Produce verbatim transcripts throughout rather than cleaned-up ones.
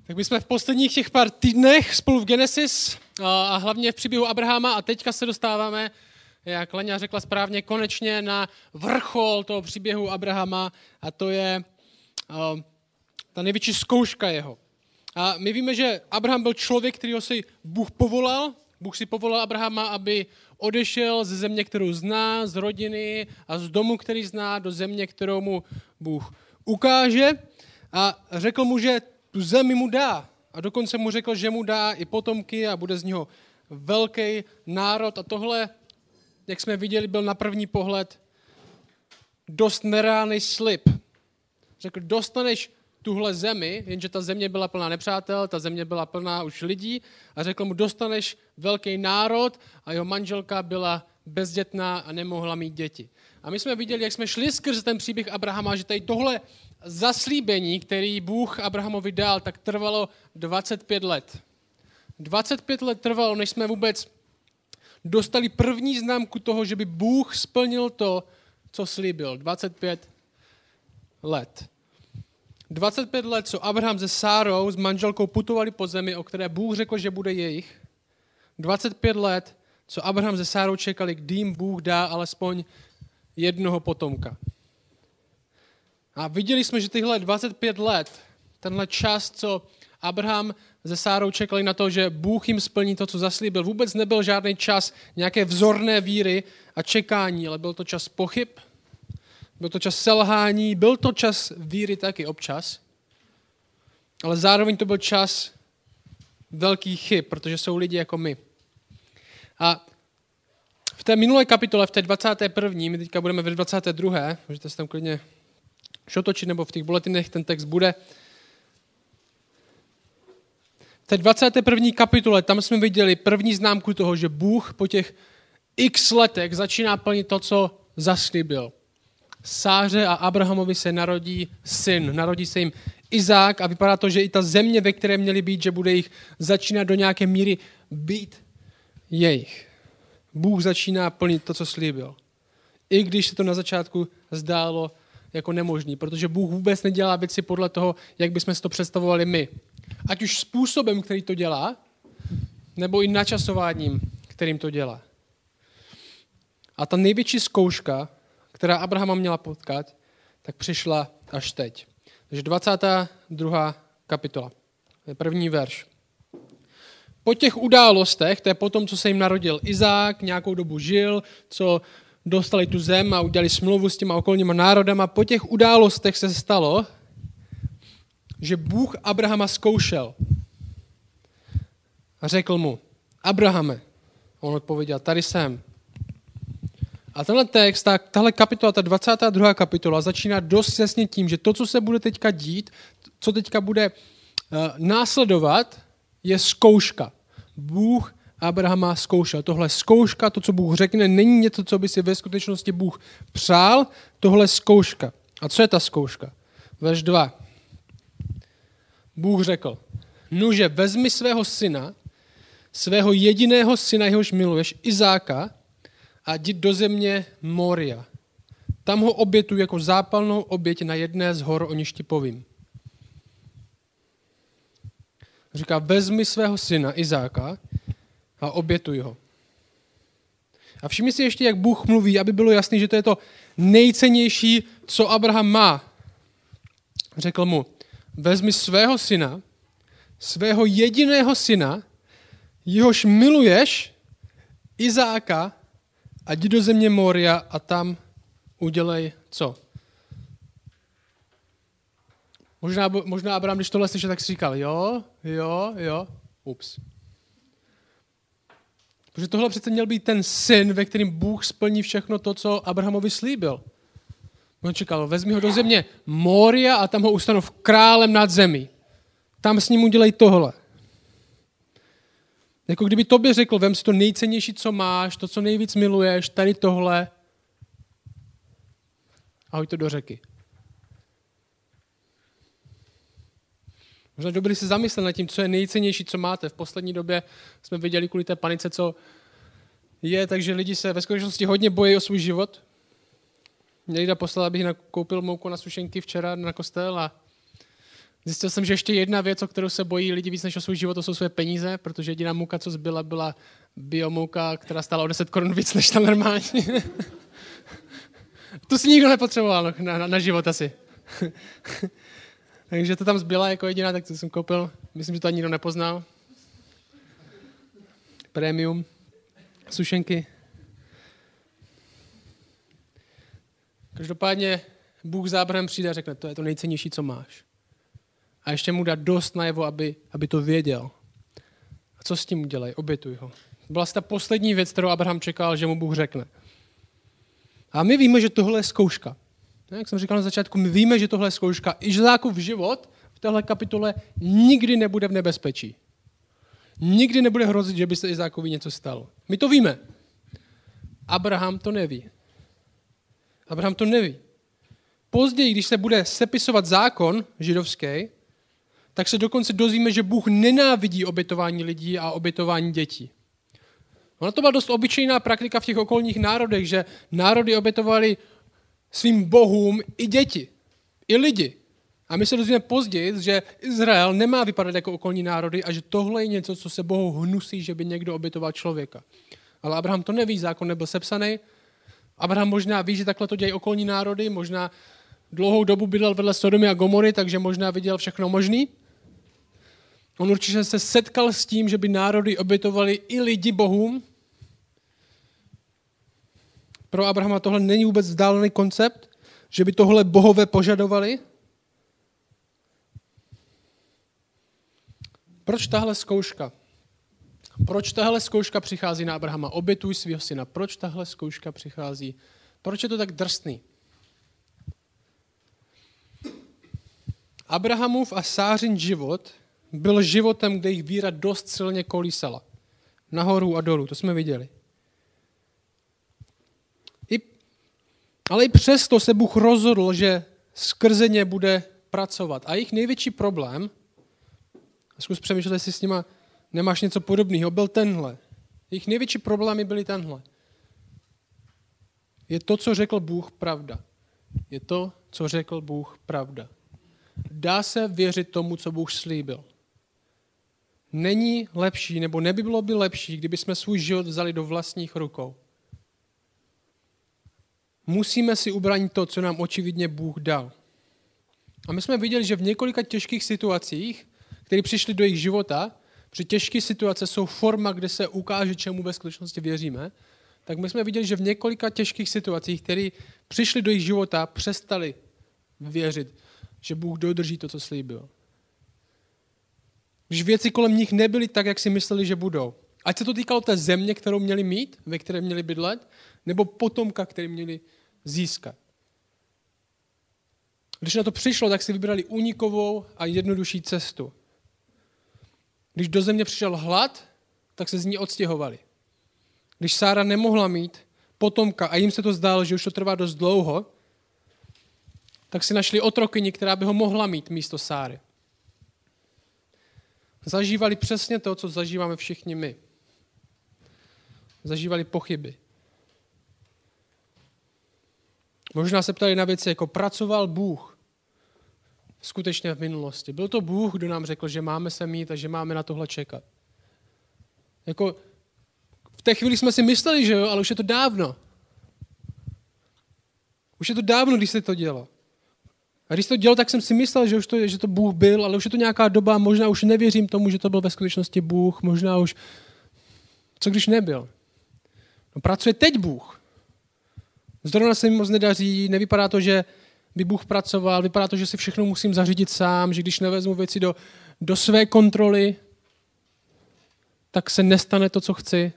Tak my jsme v posledních těch pár týdnech spolu v Genesis a hlavně v příběhu Abrahama a teďka se dostáváme, jak Leňa řekla správně, konečně na vrchol toho příběhu Abrahama a to je uh, ta největší zkouška jeho. A my víme, že Abraham byl člověk, kterýho si Bůh povolal. Bůh si povolal Abrahama, aby odešel ze země, kterou zná, z rodiny a z domu, který zná, do země, kterou mu Bůh ukáže. A řekl mu, že tu zemi mu dá. A dokonce mu řekl, že mu dá i potomky a bude z něho velký národ. A tohle, jak jsme viděli, byl na první pohled dost nereálný slib. Řekl, dostaneš tuhle zemi, jenže ta země byla plná nepřátel, ta země byla plná už lidí a řekl mu, dostaneš velký národ a jeho manželka byla bezdětná a nemohla mít děti. A my jsme viděli, jak jsme šli skrz ten příběh Abrahama, že tady tohle zaslíbení, který Bůh Abrahamovi dal, tak trvalo dvacet pět let. dvacet pět let trvalo, než jsme vůbec dostali první známku toho, že by Bůh splnil to, co slíbil. dvacet pět let. dvacet pět let, co Abraham se Sárou, s manželkou putovali po zemi, o které Bůh řekl, že bude jejich. dvacet pět let, co Abraham se Sárou čekali, kdy jim Bůh dá alespoň jednoho potomka. A viděli jsme, že tyhle dvacet pět let, tenhle čas, co Abraham se Sárou čekali na to, že Bůh jim splní to, co zaslíbil, vůbec nebyl žádný čas nějaké vzorné víry a čekání, ale byl to čas pochyb, byl to čas selhání, byl to čas víry taky občas, ale zároveň to byl čas velkých chyb, protože jsou lidi jako my. A v té minulé kapitole, v té dvacáté první, my teďka budeme ve dvacáté druhé, můžete se tam klidně šotočit, nebo v těch bulletinech ten text bude. V té dvacáté první kapitole, tam jsme viděli první známku toho, že Bůh po těch x letech začíná plnit to, co zaslíbil. Sáře a Abrahamovi se narodí syn, narodí se jim Izák a vypadá to, že i ta země, ve které měli být, že bude jich začínat do nějaké míry být jejich. Bůh začíná plnit to, co slíbil. I když se to na začátku zdálo jako nemožný, protože Bůh vůbec nedělá věci podle toho, jak bychom si to představovali my. Ať už způsobem, který to dělá, nebo i načasováním, kterým to dělá. A ta největší zkouška, která Abrahama měla potkat, tak přišla až teď. Takže dvacátá druhá kapitola, to je první verš. Po těch událostech, to je potom, co se jim narodil Izák, nějakou dobu žil, co dostali tu zem a udělali smlouvu s těma okolníma národama, po těch událostech se stalo, že Bůh Abrahama zkoušel a řekl mu, Abrahame, on odpověděl, tady jsem. A tenhle text, ta, tahle kapitola, ta dvacátá druhá kapitola začíná dost jasně tím, že to, co se bude teďka dít, co teďka bude uh, následovat, je zkouška. Bůh Abrahama zkoušel. Tohle zkouška, to, co Bůh řekne, není něco, co by si ve skutečnosti Bůh přál, tohle zkouška. A co je ta zkouška? Verš dva. Bůh řekl, nuže vezmi svého syna, svého jediného syna, jehož miluješ, Izáka, a jdi do země Moria. Tam ho obětuj jako zápalnou oběť na jedné z hor, o níž ti povím. Říká, vezmi svého syna Izáka a obětuj ho. A všimni si ještě, jak Bůh mluví, aby bylo jasné, že to je to nejcennější, co Abraham má. Řekl mu, vezmi svého syna, svého jediného syna, jehož miluješ, Izáka, a jdi do země Moria a tam udělej co? Možná, možná Abraham, když tohle slyšel, tak si říkal, jo, jo, jo, ups. Protože tohle přece měl být ten syn, ve kterým Bůh splní všechno to, co Abrahamovi slíbil. On čekal, vezmi ho do země Moria a tam ho ustanov králem nad zemí. Tam s ním udělej tohle. Jako kdyby tobě řekl, vem si to nejcennější, co máš, to, co nejvíc miluješ, tady tohle a hoď to do řeky. Možná dobrý si zamyslet nad tím, co je nejcennější, co máte. V poslední době jsme viděli kvůli té panice, co je, takže lidi se ve skutečnosti hodně bojí o svůj život. Někdo poslal, abych nakoupil mouku na sušenky včera na kostel a Zjistil jsem, že ještě jedna věc, o kterou se bojí lidi víc než o svůj život, to jsou své peníze, protože jediná mouka, co zbyla, byla biomouka, která stála o deset korun víc než ta normální. Tu si nikdo nepotřeboval na, na, na život asi. Takže to tam zbyla jako jediná, tak to jsem koupil. Myslím, že to ani nikdo nepoznal. Premium. Sušenky. Každopádně Bůh s Abrahamem přijde a řekne, to je to nejcennější, co máš. A ještě mu dá dost najevo, aby, aby to věděl. A co s tím udělají? Obětuj ho. To byla ta poslední věc, kterou Abraham čekal, že mu Bůh řekne. A my víme, že tohle je zkouška. Jak jsem říkal na začátku, my víme, že tohle je zkouška. Izákův život v téhle kapitole nikdy nebude v nebezpečí. Nikdy nebude hrozit, že by se Izákovi něco stalo. My to víme. Abraham to neví. Abraham to neví. Později, když se bude sepisovat zákon židovský, tak se dokonce dozvíme, že Bůh nenávidí obětování lidí a obětování dětí. Ona to byla dost obyčejná praktika v těch okolních národech, že národy obětovali svým bohům i děti, i lidi. A my se dozvíme později, že Izrael nemá vypadat jako okolní národy a že tohle je něco, co se Bohu hnusí, že by někdo obětoval člověka. Ale Abraham to neví, zákon nebyl sepsaný. Abraham možná ví, že takhle to dělají okolní národy, možná dlouhou dobu bydlel vedle Sodomy a Gomory, takže možná viděl všechno možný. On určitě se setkal s tím, že by národy obětovali i lidi bohům. Pro Abrahama tohle není vůbec vzdálený koncept, že by tohle bohové požadovali. Proč tahle zkouška? Proč tahle zkouška přichází na Abrahama? Obětuj svého syna. Proč tahle zkouška přichází? Proč je to tak drsný? Abrahamův a Sářin život byl životem, kde jich víra dost silně kolísala. Nahoru a dolů, to jsme viděli. I, ale i přesto se Bůh rozhodl, že skrze ně bude pracovat. A jejich největší problém, zkus přemýšlet, jestli s nima nemáš něco podobného, byl tenhle. Jejich největší problémy byly tenhle. Je to, co řekl Bůh, pravda. Je to, co řekl Bůh, pravda. Dá se věřit tomu, co Bůh slíbil. Není lepší, nebo nebylo by lepší, kdyby jsme svůj život vzali do vlastních rukou. Musíme si ubránit to, co nám očividně Bůh dal. A my jsme viděli, že v několika těžkých situacích, které přišly do jejich života, protože těžké situace jsou forma, kde se ukáže, čemu ve skutečnosti věříme, tak my jsme viděli, že v několika těžkých situacích, které přišly do jejich života, přestali věřit, že Bůh dodrží to, co slíbil. Když věci kolem nich nebyly tak, jak si mysleli, že budou. Ať se to týkalo té země, kterou měli mít, ve které měli bydlet, nebo potomka, který měli získat. Když na to přišlo, tak si vybrali únikovou a jednodušší cestu. Když do země přišel hlad, tak se z ní odstěhovali. Když Sára nemohla mít potomka a jim se to zdálo, že už to trvá dost dlouho, tak si našli otrokyni, která by ho mohla mít místo Sáry. Zažívali přesně to, co zažíváme všichni my. Zažívali pochyby. Možná se ptali na věci, jako pracoval Bůh skutečně v minulosti. Byl to Bůh, kdo nám řekl, že máme se mít a že máme na tohle čekat. Jako v té chvíli jsme si mysleli, že jo, ale už je to dávno. Už je to dávno, když se to dělo. A když to dělal, tak jsem si myslel, že už to, že to Bůh byl, ale už je to nějaká doba, možná už nevěřím tomu, že to byl ve skutečnosti Bůh, možná už, co když nebyl? No, pracuje teď Bůh. Zrovna se mi moc nedaří, nevypadá to, že by Bůh pracoval, vypadá to, že si všechno musím zařídit sám, že když nevezmu věci do, do své kontroly, tak se nestane to, co chci.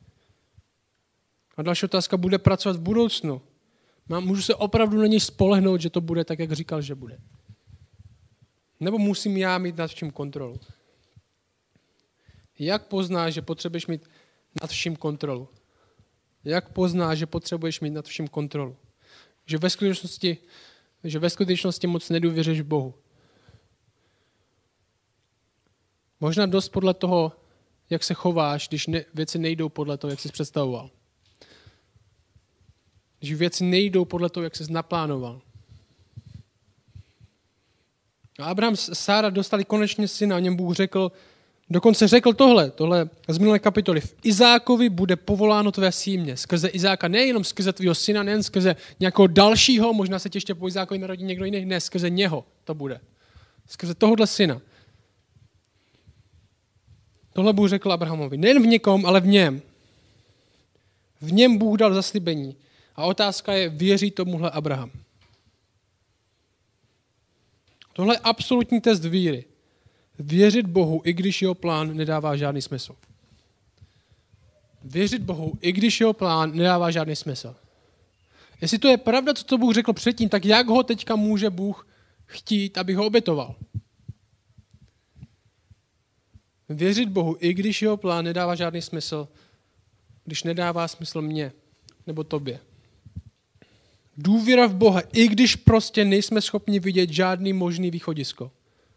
A další otázka, bude pracovat v budoucnu. Můžu se opravdu na něj spolehnout, že to bude tak, jak říkal, že bude. Nebo musím já mít nad vším kontrolu. Jak poznáš, že potřebuješ mít nad vším kontrolu? Jak poznáš, že potřebuješ mít nad vším kontrolu? Že ve skutečnosti, že ve skutečnosti moc nedůvěříš Bohu. Možná dost podle toho, jak se chováš, když ne, věci nejdou podle toho, jak jsi představoval. Když věci nejdou podle toho, jak jsi naplánoval. A Abraham a Sára dostali konečně syna, o něm Bůh řekl, dokonce řekl tohle, tohle z minulé kapitoly. V Izákovi bude povoláno tvé símě. Skrze Izáka, nejenom skrze tvýho syna, nejen skrze nějakého dalšího, možná se ti ještě po Izákovi narodí někdo jiný, ne, skrze něho to bude. Skrze tohohle syna. Tohle Bůh řekl Abrahamovi. Nejen v někom, ale v něm. V něm Bůh dal zaslíbení. A otázka je, věří tomuhle Abraham? Tohle je absolutní test víry. Věřit Bohu, i když jeho plán nedává žádný smysl. Věřit Bohu, i když jeho plán nedává žádný smysl. Jestli to je pravda, co to Bůh řekl předtím, tak jak ho teďka může Bůh chtít, aby ho obětoval? Věřit Bohu, i když jeho plán nedává žádný smysl, když nedává smysl mně nebo tobě. Důvěra v Boha, i když prostě nejsme schopni vidět žádný možný východisko.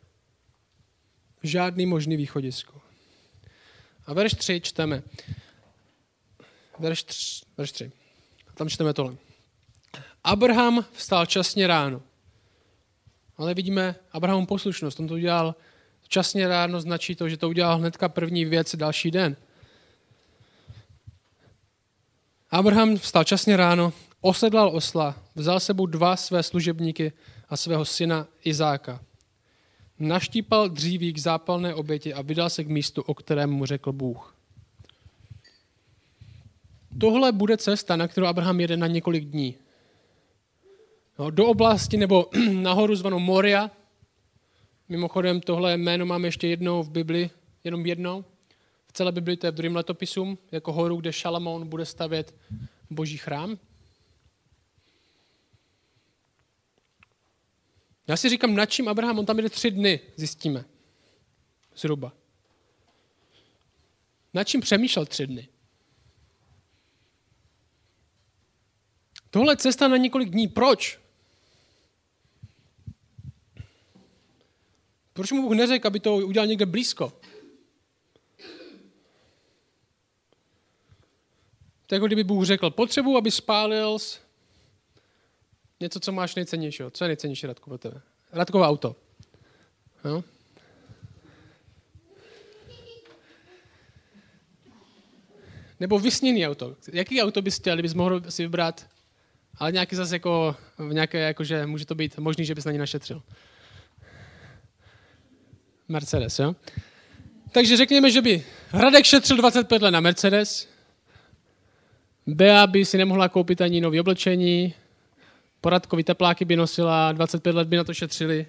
Žádný možný východisko. A verš tři čteme. Verš tři. Verš tři. Tam čteme tohle. Abraham vstal časně ráno. Ale vidíme Abrahamův poslušnost. On to udělal časně ráno, značí to, že to udělal hnedka první věc další den. Abraham vstal časně ráno, osedlal osla, vzal sebou dva své služebníky a svého syna Izáka. Naštípal dříví k zápalné oběti a vydal se k místu, o kterém mu řekl Bůh. Tohle bude cesta, na kterou Abraham jede na několik dní. No, do oblasti nebo nahoru zvanou Moria. Mimochodem tohle jméno máme ještě jednou v Bibli, jenom jednou. V celé Bibli to je v druhém letopisu, jako horu, kde Šalamoun bude stavět boží chrám. Já si říkám, nad čím Abraham, on tam jde tři dny, zjistíme. Zhruba. Nad čím přemýšlel tři dny? Tohle je cesta na několik dní. Proč? Proč mu Bůh neřekl, aby to udělal někde blízko? To je jako kdyby Bůh řekl, potřebuji, aby spálil něco, co máš nejcennějšího. Co je nejcennější, Radko, pro tebe? Radkovo auto. Jo? Nebo vysněný auto. Jaký auto bys chtěl, kdybys mohl si vybrat? Ale nějaký zase jako, nějaké, jakože může to být možný, že bys na ně našetřil. Mercedes, jo? Takže řekněme, že by Radek šetřil dvacet pět let na Mercedes, Bea by si nemohla koupit ani nový oblečení, po Radkovi tepláky by nosila, dvacet pět let by na to šetřili.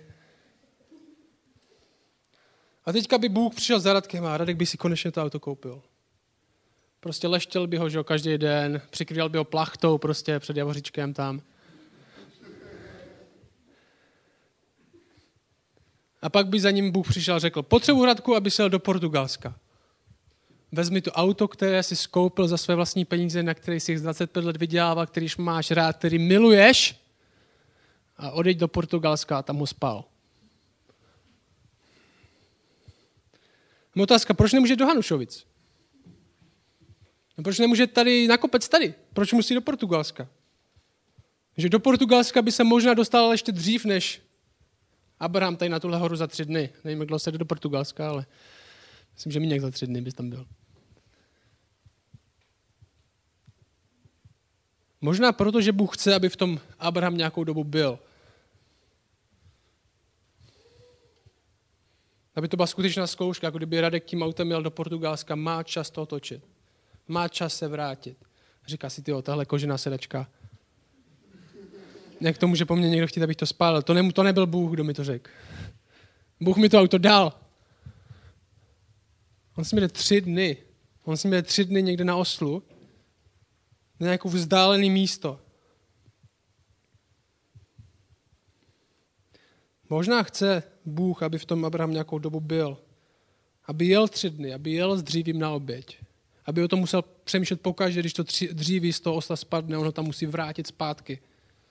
A teďka by Bůh přišel za Radkem a Radek by si konečně to auto koupil. Prostě leštěl by ho, že jo, každý den, přikryl by ho plachtou prostě před Javoříčkem tam. A pak by za ním Bůh přišel a řekl, potřebuji, Radku, aby se jel do Portugalska. Vezmi to auto, které jsi skoupil za své vlastní peníze, na který jsi dvacet pět let vydělával, kterýž máš rád, který miluješ, a odejď do Portugalska a tam ho spal. Otázka, proč nemůže do Hanušovic? No, proč nemůže tady na kopec tady? Proč musí do Portugalska? Že do Portugalska by se možná dostal ještě dřív, než Abraham tady na tuhle horu za tři dny. Nevím, jak dlouho se jde do Portugalska, ale myslím, že míň za tři dny bys tam byl. Možná proto, že Bůh chce, aby v tom Abraham nějakou dobu byl. Aby to byla skutečná zkouška, jako kdyby Radek tím autem měl do Portugalska, má čas to otočit. Má čas se vrátit. Říká si, tyjo, tahle kožená sedačka. Jak to může po mně někdo chtít, abych to spálil? To, ne, to nebyl Bůh, kdo mi to řekl. Bůh mi to auto dal. On si mi jde tři dny. On si mi jde tři dny někde na Oslu. Na nějakou vzdálené místo. Možná chce Bůh, aby v tom Abraham nějakou dobu byl. Aby jel tři dny, aby jel s dřívím na oběť. Aby o tom musel přemýšlet pokaždé, když to dříví z toho osla spadne, on ho tam musí vrátit zpátky.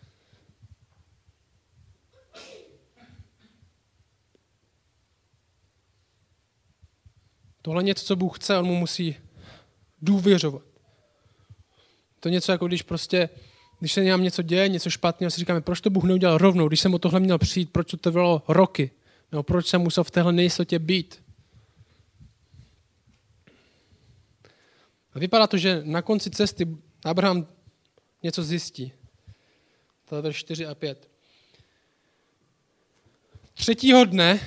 Tohle je něco, co Bůh chce, on mu musí důvěřovat. To je něco jako když prostě, když se nám něco děje, něco špatného, si říkáme, proč to Bůh neudělal rovnou, když jsem o tohle měl přijít, proč to trvalo roky. Nebo proč jsem musel v téhle nejistotě být? A vypadá to, že na konci cesty Abraham něco zjistí. To je verš čtyři a pět. Třetího dne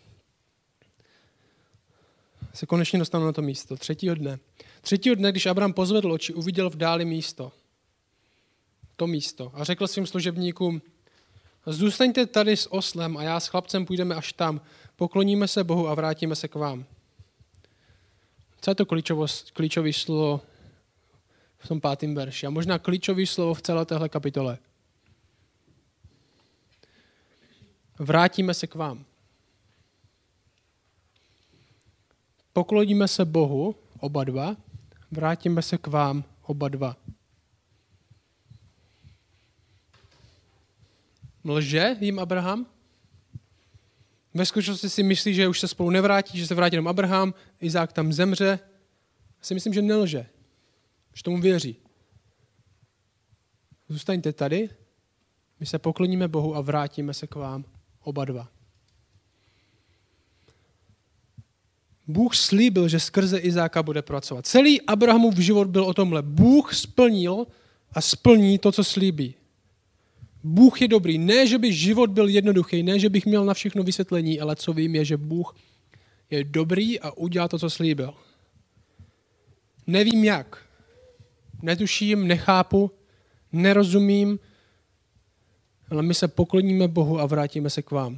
se konečně dostanu na to místo. Třetího dne. Třetího dne, když Abraham pozvedl oči, uviděl v dáli místo. To místo. A řekl svým služebníkům, zůstaňte tady s oslem a já s chlapcem půjdeme až tam. Pokloníme se Bohu a vrátíme se k vám. Co je to klíčové slovo v tom pátém verši? A možná klíčové slovo v celé téhle kapitole. Vrátíme se k vám. Pokloníme se Bohu, oba dva, vrátíme se k vám, oba dva. Lže jim Abraham? Ve skutečnosti si myslí, že už se spolu nevrátí, že se vrátí jenom Abraham, Izák tam zemře. Já si myslím, že nelže. Že tomu věří. Zůstaňte tady, my se pokloníme Bohu a vrátíme se k vám oba dva. Bůh slíbil, že skrze Izáka bude pracovat. Celý Abrahamův život byl o tomhle. Bůh splnil a splní to, co slíbí. Bůh je dobrý. Ne, že by život byl jednoduchý, ne, že bych měl na všechno vysvětlení, ale co vím je, že Bůh je dobrý a udělá to, co slíbil. Nevím jak. Netuším, nechápu, nerozumím, ale my se pokloníme Bohu a vrátíme se k vám.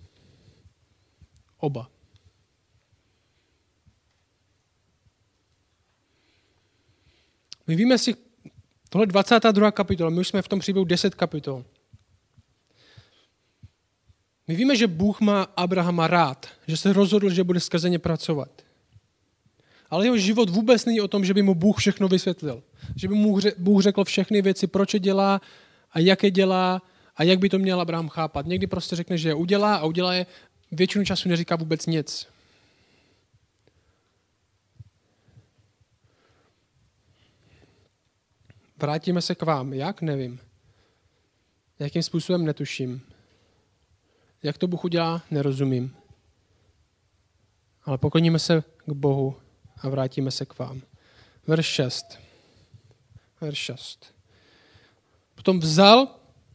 Oba. My víme si, tohle dvacátá druhá kapitola, my už jsme v tom příběhu deset kapitol. My víme, že Bůh má Abrahama rád, že se rozhodl, že bude skrze ně pracovat. Ale jeho život vůbec není o tom, že by mu Bůh všechno vysvětlil. Že by mu Bůh řekl všechny věci, proč je dělá a jak je dělá a jak by to měl Abraham chápat. Někdy prostě řekne, že je udělá a udělá je, většinu času neříká vůbec nic. Vrátíme se k vám. Jak? Nevím. Jakým způsobem? Netuším. Jak to Bůh udělá? Nerozumím. Ale pokloníme se k Bohu a vrátíme se k vám. Verš šest. Verš šest. Potom vzal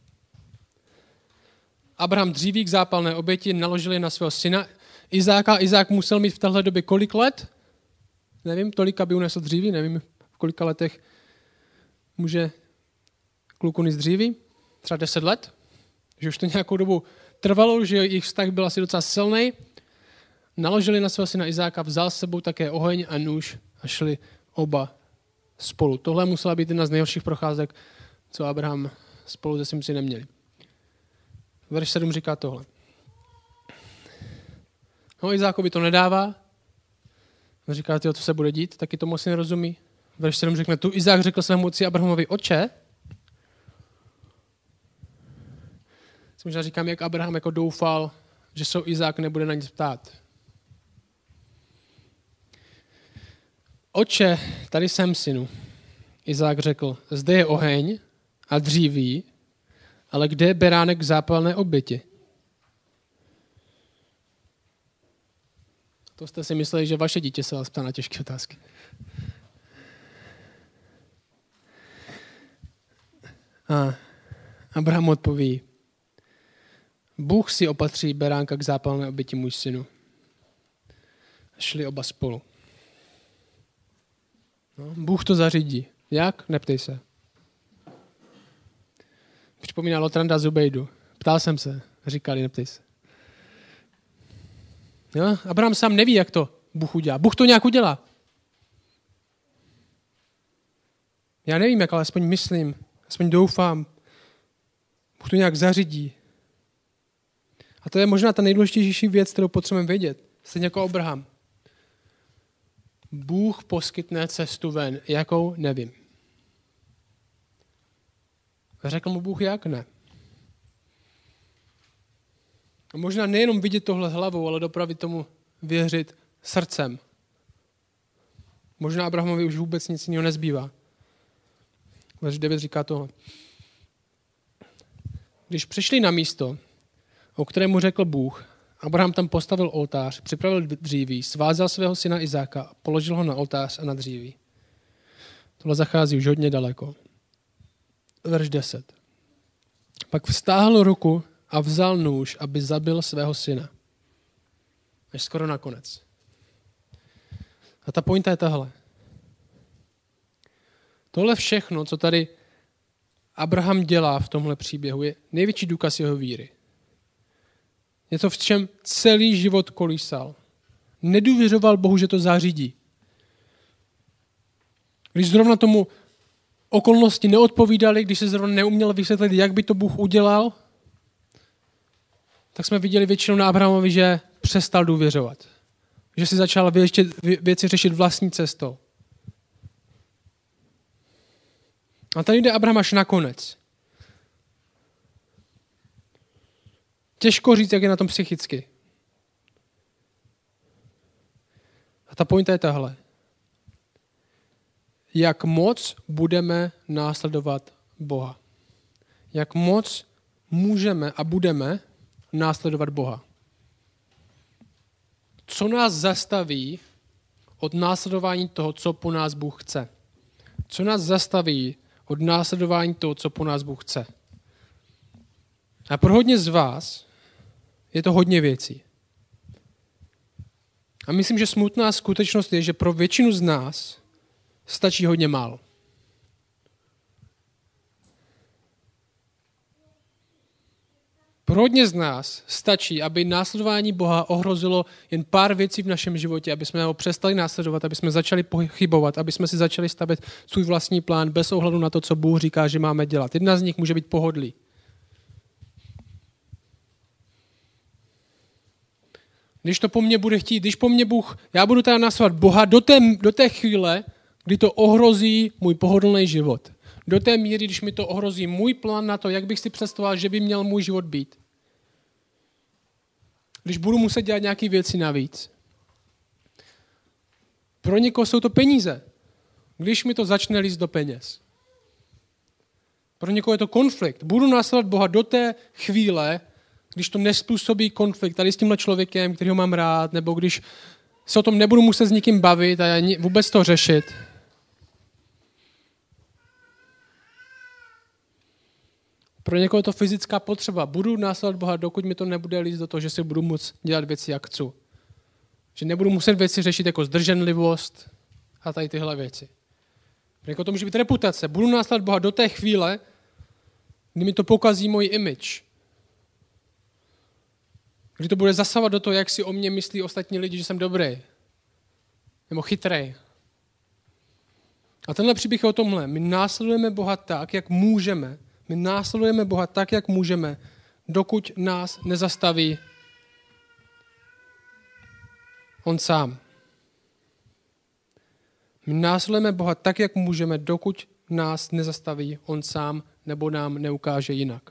Abraham dříví k zápalné oběti, naložil je na svého syna Izáka. Izák musel mít v téhle době kolik let? Nevím, tolik, aby unesl dříví. Nevím, v kolika letech může kluku nést dříví. Třeba deset let. Že už to nějakou dobu trvalo, že jejich vztah byl asi docela silný. Naložili na svého syna Izáka, vzal s sebou také oheň a nůž a šli oba spolu. Tohle musela být jedna z nejhorších procházek, co Abraham spolu se svým synem měli. Verš sedm říká tohle. No, Izákovi to nedává. Říká, tyjo, co se bude dít, taky tomu asi nerozumí. Verš sedm řekne, tu Izák řekl svému otci Abrahamovi, otče. Možná říkám, jak Abraham jako doufal, že se Izák nebude na nic ptát. Otče, tady jsem, synu. Izák řekl, zde je oheň a dříví, ale kde je beránek k zápalné oběti? To jste si mysleli, že vaše dítě se vás ptá na těžké otázky. A Abraham odpoví, Bůh si opatří beránka k zápalné oběti, můj synu. Šli oba spolu. No, Bůh to zařídí. Jak? Neptej se. Připomíná Lotranda Zubejdu. Ptal jsem se. Říkali, neptej se. Jo? Abraham sám neví, jak to Bůh udělá. Bůh to nějak udělá. Já nevím, jak, ale aspoň myslím, aspoň doufám. Bůh to nějak zařídí. A to je možná ta nejdůležitější věc, kterou potřebujeme vědět. Stejně jako Abraham. Bůh poskytne cestu ven. Jakou? Nevím. Řekl mu Bůh jak? Ne. A možná nejenom vidět tohle hlavou, ale dopravit tomu věřit srdcem. Možná Abrahamovi už vůbec nic jiného nezbývá. Verš devět říká tohle. Když přišli na místo, o kterému řekl Bůh, Abraham tam postavil oltář, připravil dříví, svázal svého syna Izáka, položil ho na oltář a na dříví. Tohle zachází už hodně daleko. Verš deset. Pak vztáhl ruku a vzal nůž, aby zabil svého syna. Až skoro nakonec. A ta pointa je tahle. Tohle všechno, co tady Abraham dělá v tomhle příběhu, je největší důkaz jeho víry. Něco, v čem celý život kolísal. Nedůvěřoval Bohu, že to zařídí. Když zrovna tomu okolnosti neodpovídaly, když se zrovna neuměl vysvětlit, jak by to Bůh udělal, tak jsme viděli většinou na Abrahamovi, že přestal důvěřovat. Že si začal věci, věci řešit vlastní cestou. A tady jde Abraham až nakonec. Těžko říct, jak je na tom psychicky. A ta pointa je tahle. Jak moc budeme následovat Boha. Jak moc můžeme a budeme následovat Boha. Co nás zastaví od následování toho, co po nás Bůh chce? Co nás zastaví od následování toho, co po nás Bůh chce? A pro hodně z vás je to hodně věcí. A myslím, že smutná skutečnost je, že pro většinu z nás stačí hodně málo. Pro hodně z nás stačí, aby následování Boha ohrozilo jen pár věcí v našem životě, aby jsme ho přestali následovat, aby jsme začali pochybovat, aby jsme si začali stavět svůj vlastní plán bez ohledu na to, co Bůh říká, že máme dělat. Jedna z nich může být pohodlí. Když to po mně bude chtít, když po mně Bůh, já budu teda následovat Boha do té, do té chvíle, kdy to ohrozí můj pohodlný život. Do té míry, když mi to ohrozí můj plán na to, jak bych si představoval, že by měl můj život být. Když budu muset dělat nějaké věci navíc. Pro někoho jsou to peníze. Když mi to začne líst do peněz. Pro někoho je to konflikt. Budu následovat Boha do té chvíle, když to nespůsobí konflikt tady s tímhle člověkem, kterýho mám rád, nebo když se o tom nebudu muset s nikým bavit a vůbec to řešit. Pro někoho je to fyzická potřeba. Budu následovat Boha, dokud mi to nebude líst do toho, že si budu moct dělat věci, jak chci. Že nebudu muset věci řešit jako zdrženlivost a tady tyhle věci. Pro někoho to může být reputace. Budu následovat Boha do té chvíle, kdy mi to pokazí můj image. Kdy to bude zasahovat do toho, jak si o mě myslí ostatní lidi, že jsem dobrý. Nebo chytrej. A tenhle příběh je o tomhle. My následujeme Boha tak, jak můžeme. My následujeme Boha tak, jak můžeme, dokud nás nezastaví on sám. My následujeme Boha tak, jak můžeme, dokud nás nezastaví on sám nebo nám neukáže jinak.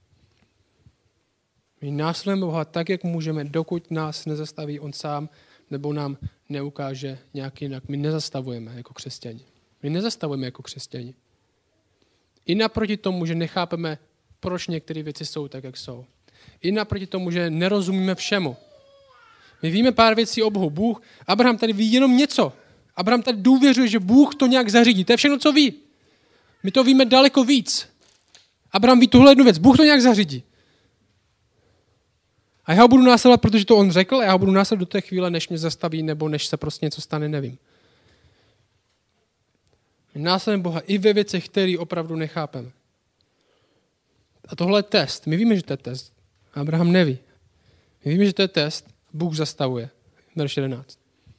My následujeme Boha tak, jak můžeme, dokud nás nezastaví on sám nebo nám neukáže nějak jinak. My nezastavujeme jako křesťani. My nezastavujeme jako křesťani. I naproti tomu, že nechápeme, proč některé věci jsou tak, jak jsou. I naproti tomu, že nerozumíme všemu. My víme pár věcí o Bohu. Bůh, Abraham tady ví jenom něco. Abraham tady důvěřuje, že Bůh to nějak zařídí. To je všechno, co ví. My to víme daleko víc. Abraham ví tuhle jednu věc. Bůh to nějak zařídí. A já ho budu následovat, protože to on řekl, a já ho budu následovat do té chvíle, než mě zastaví, nebo než se prostě něco stane, nevím. My následujeme Boha i ve věcech, které opravdu nechápeme. A tohle je test. My víme, že to je test. Abraham neví. My víme, že to je test. Bůh zastavuje. Verš jedenáct.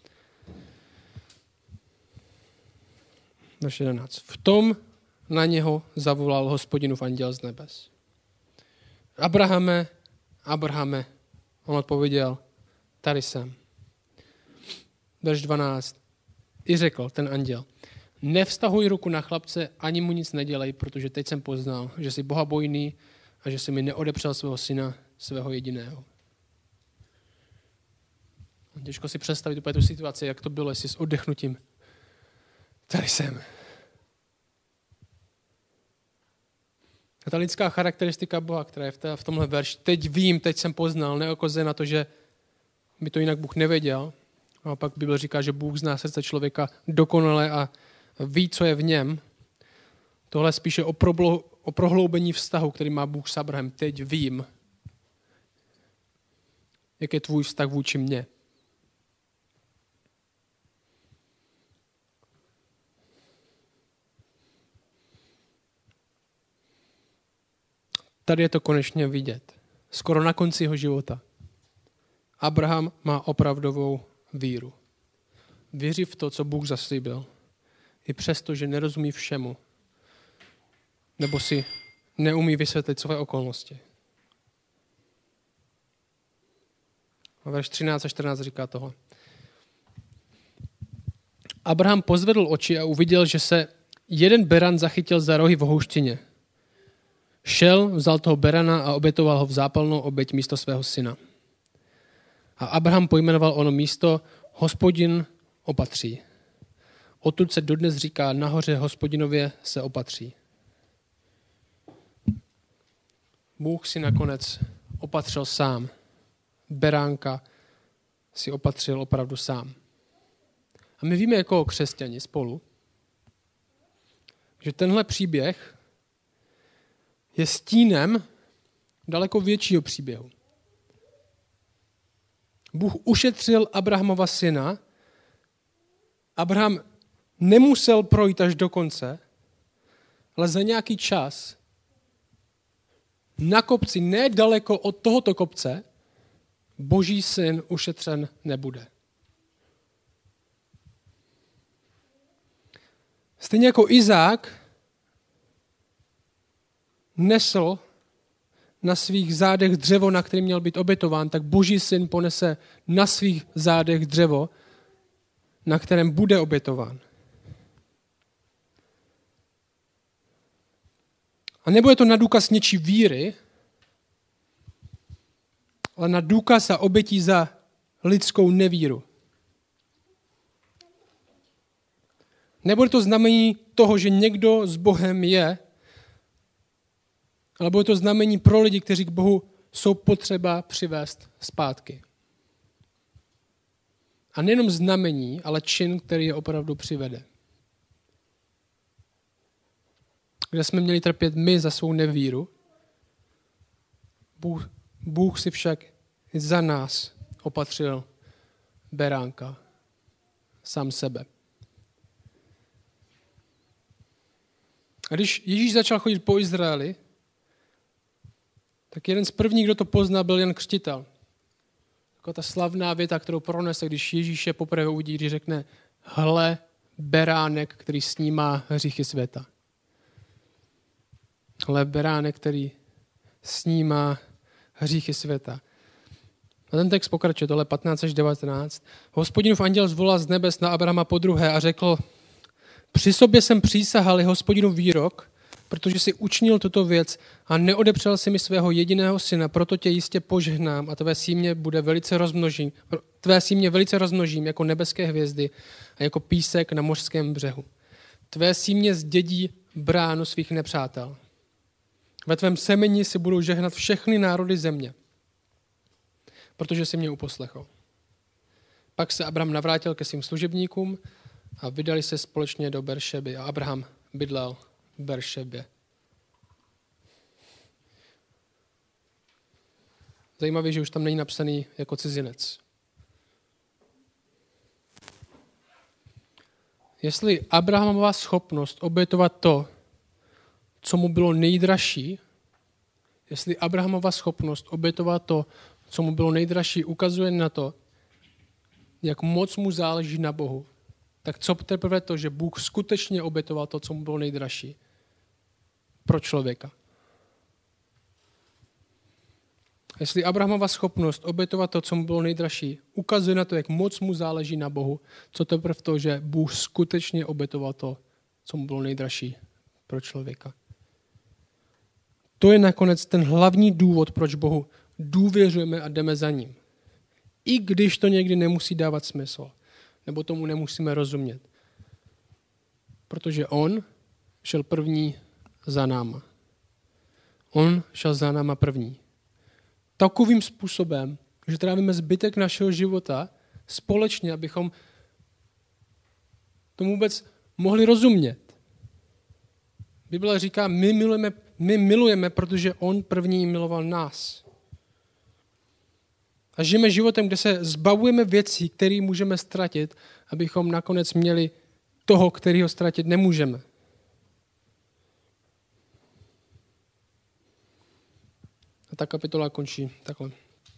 Verš jedenáct. V tom na něho zavolal Hospodinův anděl z nebes. Abrahame, Abrahame. On odpověděl, tady jsem. Verš dvanáct. I řekl ten anděl, nevztahuj ruku na chlapce, ani mu nic nedělej, protože teď jsem poznal, že jsi bohabojný a že jsi mi neodepřel svého syna, svého jediného. Těžko si představit úplně tu situaci, jak to bylo, jestli s oddechnutím. Tady jsem. A ta lidská charakteristika Boha, která je v, té, v tomhle verši, teď vím, teď jsem poznal, neokazuje na to, že by to jinak Bůh nevěděl. A pak Bible říká, že Bůh zná srdce člověka dokonale a ví, co je v něm. Tohle je spíše o, problo, o prohloubení vztahu, který má Bůh s Abrahamem. Teď vím, jak je tvůj vztah vůči mně. Tady je to konečně vidět. Skoro na konci jeho života. Abraham má opravdovou víru. Věří v to, co Bůh zaslíbil. I přesto, že nerozumí všemu. Nebo si neumí vysvětlit své okolnosti. A verš třináct a čtrnáct říká toho. Abraham pozvedl oči a uviděl, že se jeden beran zachytil za rohy v houštině. Šel, vzal toho berana a obětoval ho v zápalnou oběť místo svého syna. A Abraham pojmenoval ono místo Hospodin opatří. Odtud se dodnes říká, nahoře Hospodinově se opatří. Bůh si nakonec opatřil sám. Beránka si opatřil opravdu sám. A my víme jako křesťani spolu, že tenhle příběh je stínem daleko většího příběhu. Bůh ušetřil Abrahamova syna. Abraham nemusel projít až do konce, ale za nějaký čas na kopci, nedaleko od tohoto kopce, Boží syn ušetřen nebude. Stejně jako Izák nesl na svých zádech dřevo, na kterém měl být obětován, tak Boží syn ponese na svých zádech dřevo, na kterém bude obětován. A nebude to na důkaz něčí víry, ale na důkaz a obětí za lidskou nevíru. Nebude to znamení toho, že někdo s Bohem je, ale bude to znamení pro lidi, kteří k Bohu jsou potřeba přivést zpátky. A nejenom znamení, ale čin, který je opravdu přivede. Kde jsme měli trpět my za svou nevíru, Bůh, Bůh si však za nás opatřil beránka, sám sebe. A když Ježíš začal chodit po Izraeli, tak jeden z prvních, kdo to poznal, byl Jan Křtitel. Taková ta slavná věta, kterou pronese, když Ježíše poprvé uvidí, když řekne, hle, beránek, který snímá hříchy světa. Hle, beránek, který snímá hříchy světa. A ten text pokračuje, tohle patnáct až devatenáct. Hospodinův anděl zvolal z nebes na Abrahama podruhé a řekl, při sobě jsem přísahal Hospodinův výrok, protože jsi učinil tuto věc a neodepřel si mi svého jediného syna, proto tě jistě požehnám a tvé símě bude velice rozmnožím, tvé símě velice rozmnožím jako nebeské hvězdy a jako písek na mořském břehu. Tvé símě zdědí bránu svých nepřátel. Ve tvém semeni si budou žehnat všechny národy země, protože jsi mě uposlechl. Pak se Abraham navrátil ke svým služebníkům a vydali se společně do Beršeby a Abraham bydlel v Beršebě. Zajímavé, že už tam není napsaný jako cizinec. Jestli Abrahamova schopnost obětovat to, co mu bylo nejdražší, jestli Abrahamova schopnost obětovat to, co mu bylo nejdražší, ukazuje na to, jak moc mu záleží na Bohu, tak co teprve to, že Bůh skutečně obětoval to, co mu bylo nejdražší pro člověka. Jestli Abrahamova schopnost obětovat to, co mu bylo nejdražší, ukazuje na to, jak moc mu záleží na Bohu, co teprve to, že Bůh skutečně obětoval to, co mu bylo nejdražší pro člověka. To je nakonec ten hlavní důvod, proč Bohu důvěřujeme a jdeme za ním. I když to někdy nemusí dávat smysl, nebo tomu nemusíme rozumět. Protože on šel první za náma. On šel za náma první. Takovým způsobem, že trávíme zbytek našeho života společně, abychom tomu vůbec mohli rozumět. Bible říká, my milujeme, my milujeme, protože on první miloval nás. A žijeme životem, kde se zbavujeme věcí, které můžeme ztratit, abychom nakonec měli toho, kterýho ztratit nemůžeme. A ta kapitola končí takhle.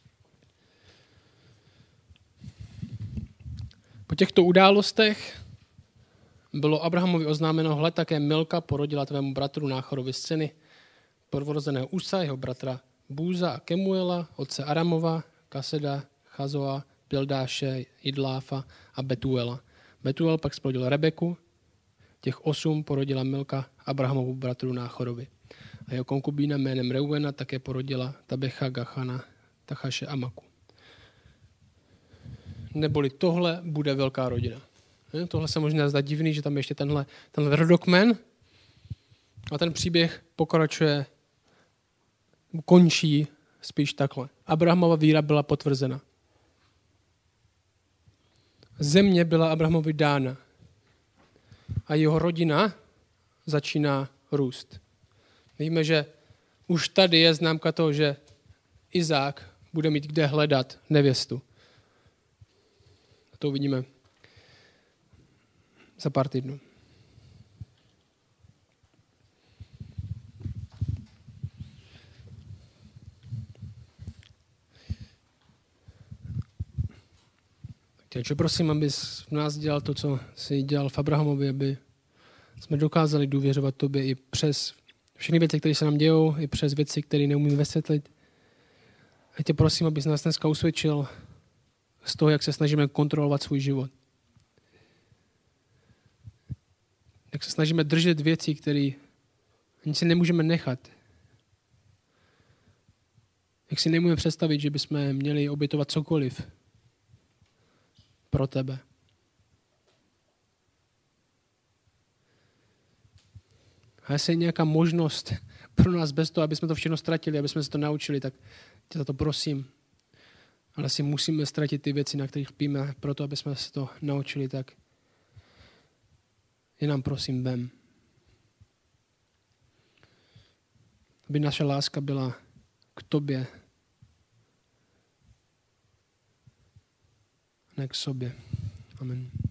Po těchto událostech bylo Abrahamovi oznámeno, hle, také Milka porodila tvému bratru Náchorovi syny, prvorozeného Usa, jeho bratra Búza a Kemuela, otce Aramova, Kaseda, Chazoa, Pildáše, Idláfa a Betuela. Betuel pak splodil Rebeku, těch osm porodila Milka Abrahamovu bratru Náchorovi. A jeho konkubína jménem Reuvena také porodila Tabecha, Gachana, Tachaše a Maku. Neboli tohle bude velká rodina. Tohle se možná zdá divný, že tam je ještě tenhle, tenhle rodokmen. A ten příběh pokračuje, končí spíš takhle. Abrahamova víra byla potvrzena. Země byla Abrahamovi dána. A jeho rodina začíná růst. Víme, že už tady je známka toho, že Izák bude mít kde hledat nevěstu. A to uvidíme za pár týdnů. Takže prosím, abys v nás dělal to, co jsi dělal v Abrahamovi, aby jsme dokázali důvěřovat tobě i přes všechny věci, které se nám dějou, i přes věci, které neumíme vysvětlit. A tě prosím, abys nás dneska usvědčil z toho, jak se snažíme kontrolovat svůj život. Jak se snažíme držet věci, které ani si nemůžeme nechat. Jak si nemůžeme představit, že bychom měli obětovat cokoliv pro tebe. A jestli je nějaká možnost pro nás bez toho, aby jsme to všechno ztratili, aby jsme se to naučili, tak tě za to prosím. Ale si musíme ztratit ty věci, na kterých píme, proto aby jsme se to naučili, tak je nám prosím vem. Aby naše láska byla k tobě, ne k sobě. Amen.